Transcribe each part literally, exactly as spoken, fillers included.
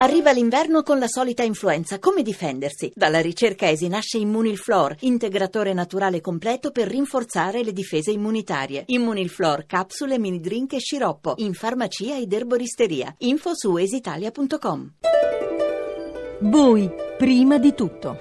Arriva l'inverno con la solita influenza. Come difendersi? Dalla ricerca E S I nasce Immunilflor, integratore naturale completo per rinforzare le difese immunitarie. Immunilflor, capsule, mini drink e sciroppo. In farmacia ed erboristeria. Info su esitalia punto com. Voi, prima di tutto.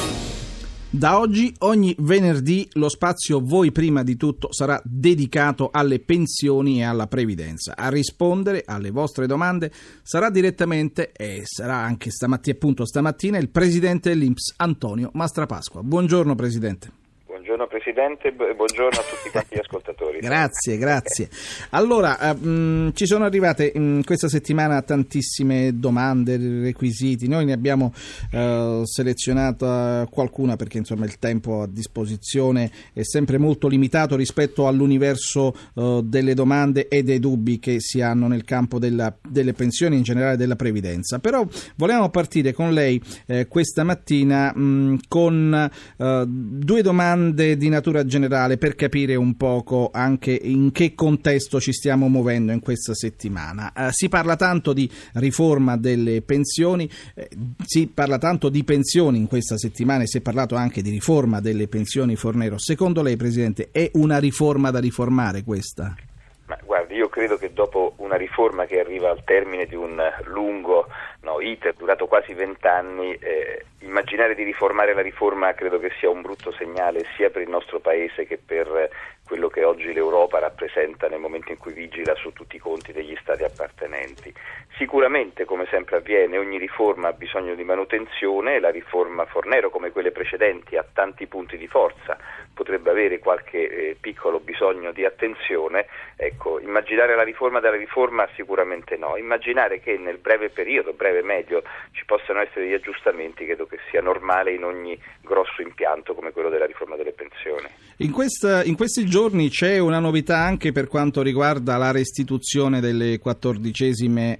Da oggi, ogni venerdì, lo spazio Voi Prima di Tutto sarà dedicato alle pensioni e alla previdenza. A rispondere alle vostre domande sarà direttamente, e sarà anche stamattina, appunto stamattina, il presidente dell'I N P S, Antonio Mastrapasqua. Buongiorno Presidente. Buongiorno Presidente, buongiorno a tutti quanti gli ascoltatori. Grazie, grazie. Allora, eh, mh, ci sono arrivate in questa settimana tantissime domande, requisiti. Noi ne abbiamo eh, selezionata qualcuna perché insomma il tempo a disposizione è sempre molto limitato rispetto all'universo eh, delle domande e dei dubbi che si hanno nel campo della, delle pensioni, in generale della previdenza. Però volevamo partire con lei eh, questa mattina mh, con eh, due domande di natura generale per capire un poco anche in che contesto ci stiamo muovendo in questa settimana. Eh, si parla tanto di riforma delle pensioni, eh, si parla tanto di pensioni in questa settimana e si è parlato anche di riforma delle pensioni Fornero. Secondo lei, Presidente, è una riforma da riformare questa? Ma guardi, io credo che dopo una riforma che arriva al termine di un lungo no, iter durato quasi vent'anni, eh, immaginare di riformare la riforma credo che sia un brutto segnale sia per il nostro Paese che per quello che oggi l'Europa rappresenta nel momento in cui vigila su tutti i conti degli Stati appartenenti. Sicuramente, come sempre avviene, ogni riforma ha bisogno di manutenzione. La riforma Fornero, come quelle precedenti, ha tanti punti di forza, potrebbe avere qualche eh, piccolo bisogno di attenzione. Ecco, immaginare la riforma della riforma sicuramente no. Immaginare che nel breve periodo, breve medio, ci possano essere degli aggiustamenti credo che sia normale in ogni grosso impianto come quello della riforma delle pensioni. In, questa, in questi giorni c'è una novità anche per quanto riguarda la restituzione delle quattordicesime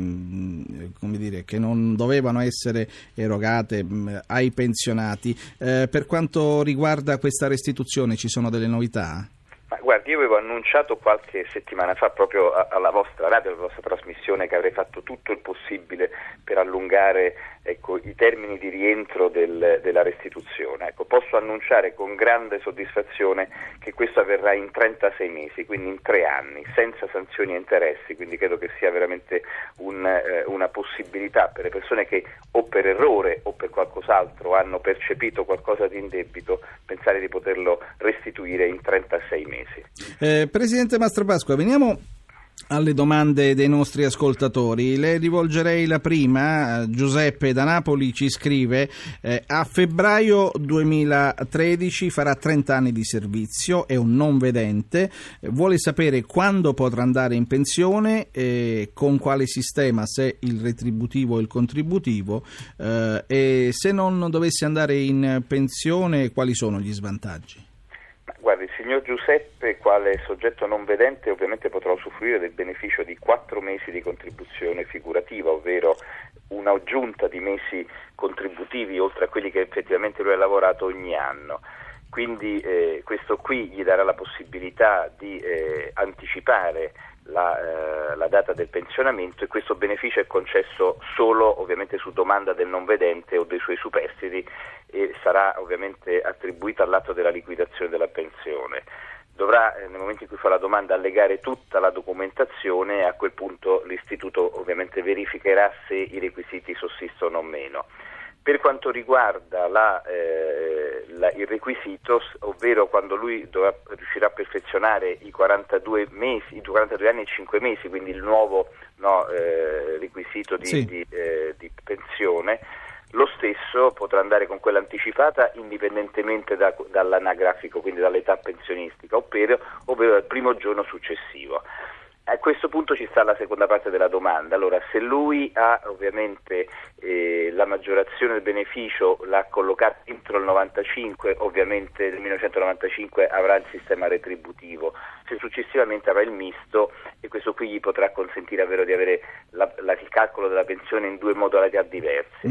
ehm, come dire, che non dovevano essere erogate mh, ai pensionati. Eh, per quanto riguarda questa restituzione ci sono delle novità? Ma guardi, io avevo annunciato qualche settimana fa proprio alla vostra radio, alla vostra trasmissione, che avrei fatto tutto il possibile per allungare ecco, i termini di rientro del, della restituzione. Ecco, posso annunciare con grande soddisfazione che questo avverrà in trentasei mesi, quindi in tre anni, senza sanzioni e interessi, quindi credo che sia veramente un, eh, una possibilità per le persone che o per errore o per qualcos'altro hanno percepito qualcosa di indebito, pensare di poterlo restituire in trentasei mesi. Eh, Presidente Mastrapasqua, veniamo alle domande dei nostri ascoltatori. Le rivolgerei la prima. Giuseppe da Napoli ci scrive eh, a febbraio duemilatredici farà trenta anni di servizio, è un non vedente, vuole sapere quando potrà andare in pensione, eh, con quale sistema, se il retributivo o il contributivo, eh, e se non dovesse andare in pensione quali sono gli svantaggi? Guardi, il signor Giuseppe, quale soggetto non vedente, ovviamente potrà usufruire del beneficio di quattro mesi di contribuzione figurativa, ovvero un'aggiunta di mesi contributivi oltre a quelli che effettivamente lui ha lavorato ogni anno. Quindi eh, questo qui gli darà la possibilità di eh, anticipare La, eh, la data del pensionamento, e questo beneficio è concesso solo ovviamente su domanda del non vedente o dei suoi superstiti e sarà ovviamente attribuito all'atto della liquidazione della pensione. Dovrà eh, nel momento in cui fa la domanda allegare tutta la documentazione e a quel punto l'istituto ovviamente verificherà se i requisiti sussistono o meno. Per quanto riguarda la, eh, la, il requisito, ovvero quando lui dovrà, riuscirà a perfezionare i quarantadue mesi, i quarantadue anni e cinque mesi, quindi il nuovo no, eh, requisito di, sì. di, eh, di pensione, lo stesso potrà andare con quella anticipata indipendentemente da, dall'anagrafico, quindi dall'età pensionistica, ovvero, ovvero dal primo giorno successivo. A questo punto ci sta la seconda parte della domanda. Allora, se lui ha ovviamente eh, la maggiorazione del beneficio, l'ha collocata entro il novantacinque, ovviamente nel millenovecentonovantacinque avrà il sistema retributivo, se successivamente avrà il misto, e questo qui gli potrà consentire davvero di avere la, la, il calcolo della pensione in due modalità diverse. Mm.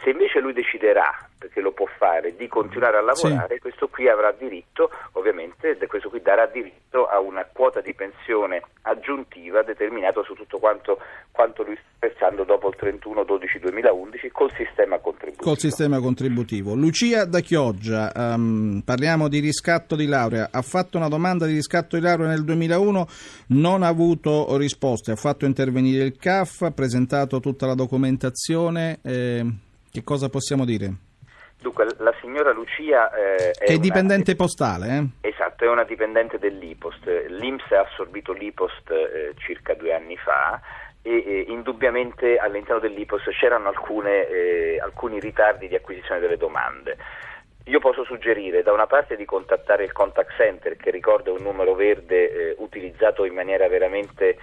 Se invece lui deciderà, perché lo può fare, di continuare a lavorare, sì. questo qui avrà diritto, ovviamente, questo qui darà diritto a una quota di pensione aggiuntiva determinata su tutto quanto, quanto lui sta pensando dopo il trentuno dodici duemilaundici col sistema contributivo. Col sistema contributivo. Lucia da Chioggia, um, parliamo di riscatto di laurea, ha fatto una domanda di riscatto di laurea nel duemilauno, non ha avuto risposte, ha fatto intervenire il C A F, ha presentato tutta la documentazione, eh, che cosa possiamo dire? Dunque, la signora Lucia eh, è, che è una, dipendente postale, eh? Esatto, è una dipendente dell'I P O S T. L'I N P S ha assorbito l'I P O S T eh, circa due anni fa e eh, indubbiamente all'interno dell'I P O S T c'erano alcune, eh, alcuni ritardi di acquisizione delle domande. Io posso suggerire da una parte di contattare il contact center, che ricordo è un numero verde eh, utilizzato in maniera veramente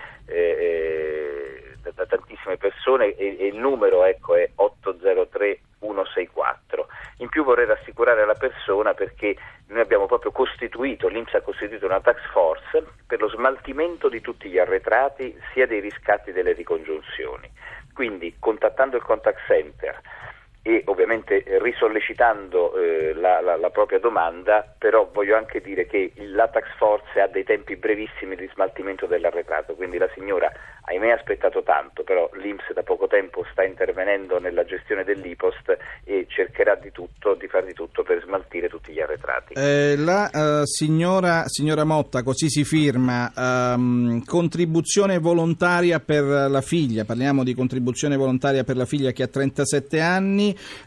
eh, da, da tantissime persone, e, e il numero ecco è otto zero tre uno sei quattro. In più vorrei rassicurare la persona perché noi abbiamo proprio costituito, l'I N P S ha costituito una task force per lo smaltimento di tutti gli arretrati, sia dei riscatti delle ricongiunzioni. Quindi contattando il contact center e ovviamente risollecitando eh, la, la, la propria domanda, però voglio anche dire che la task force ha dei tempi brevissimi di smaltimento dell'arretrato, quindi la signora ahimè ha aspettato tanto, però l'I N P S da poco tempo sta intervenendo nella gestione dell'I P O S T e cercherà di tutto, di far di tutto per smaltire tutti gli arretrati. Eh, la uh, signora, signora Motta, così si firma, um, contribuzione volontaria per la figlia, parliamo di contribuzione volontaria per la figlia che ha trentasette anni,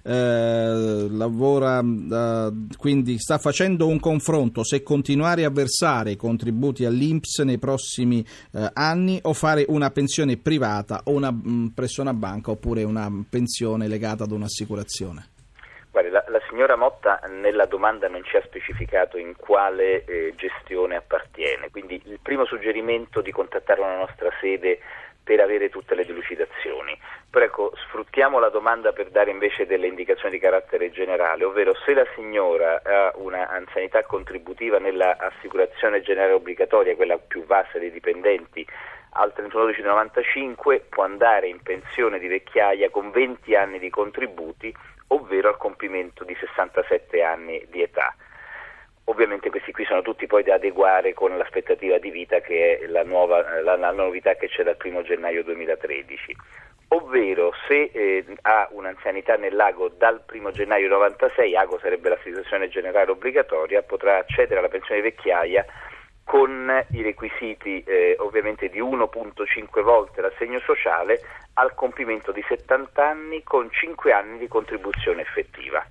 eh, lavora, uh, quindi sta facendo un confronto se continuare a versare i contributi all'I N P S nei prossimi uh, anni o fare una pensione privata o una mh, presso una banca oppure una pensione legata ad un'assicurazione. Guardi, la, la signora Motta nella domanda non ci ha specificato in quale eh, gestione appartiene, quindi il primo suggerimento è di contattare una nostra sede per avere tutte le delucidazioni. Però ecco, sfruttiamo la domanda per dare invece delle indicazioni di carattere generale, ovvero se la signora ha una anzianità contributiva nella assicurazione generale obbligatoria, quella più vasta dei dipendenti, al trentuno dodici novantacinque può andare in pensione di vecchiaia con venti anni di contributi, ovvero al compimento di sessantasette anni di età. Ovviamente questi qui sono tutti poi da adeguare con l'aspettativa di vita, che è la, nuova, la, la novità che c'è dal primo gennaio duemilatredici. Ovvero se eh, ha un'anzianità nell'Ago dal primo gennaio novantasei, Ago sarebbe l'assicurazione generale obbligatoria, potrà accedere alla pensione di vecchiaia con i requisiti eh, ovviamente di uno virgola cinque volte l'assegno sociale al compimento di settanta anni con cinque anni di contribuzione effettiva.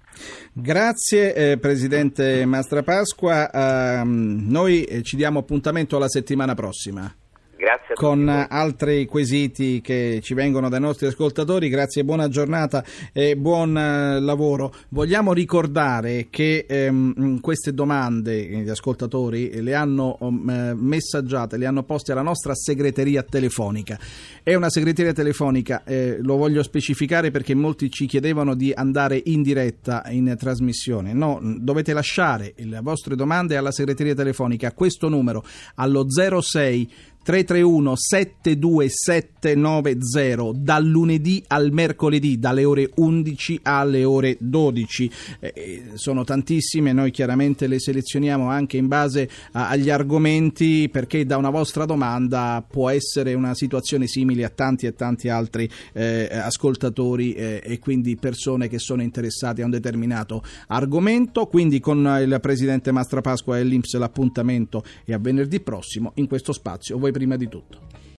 Grazie eh, Presidente Mastrapasqua, uh, noi eh, ci diamo appuntamento alla settimana prossima. Grazie a con tutti. altri quesiti che ci vengono dai nostri ascoltatori. Grazie, buona giornata e buon eh, lavoro. Vogliamo ricordare che ehm, queste domande gli ascoltatori le hanno eh, messaggiate, le hanno poste alla nostra segreteria telefonica. È una segreteria telefonica, eh, lo voglio specificare perché molti ci chiedevano di andare in diretta in trasmissione. No, dovete lasciare le vostre domande alla segreteria telefonica a questo numero, allo zero sei tre tre uno sette due sette nove zero, dal lunedì al mercoledì dalle ore undici alle ore dodici. Eh, sono tantissime, noi chiaramente le selezioniamo anche in base a, agli argomenti, perché da una vostra domanda può essere una situazione simile a tanti e tanti altri eh, ascoltatori eh, e quindi persone che sono interessate a un determinato argomento. Quindi con il Presidente Mastrapasqua e l'I N P S l'appuntamento è a venerdì prossimo in questo spazio. Voi prima di tutto.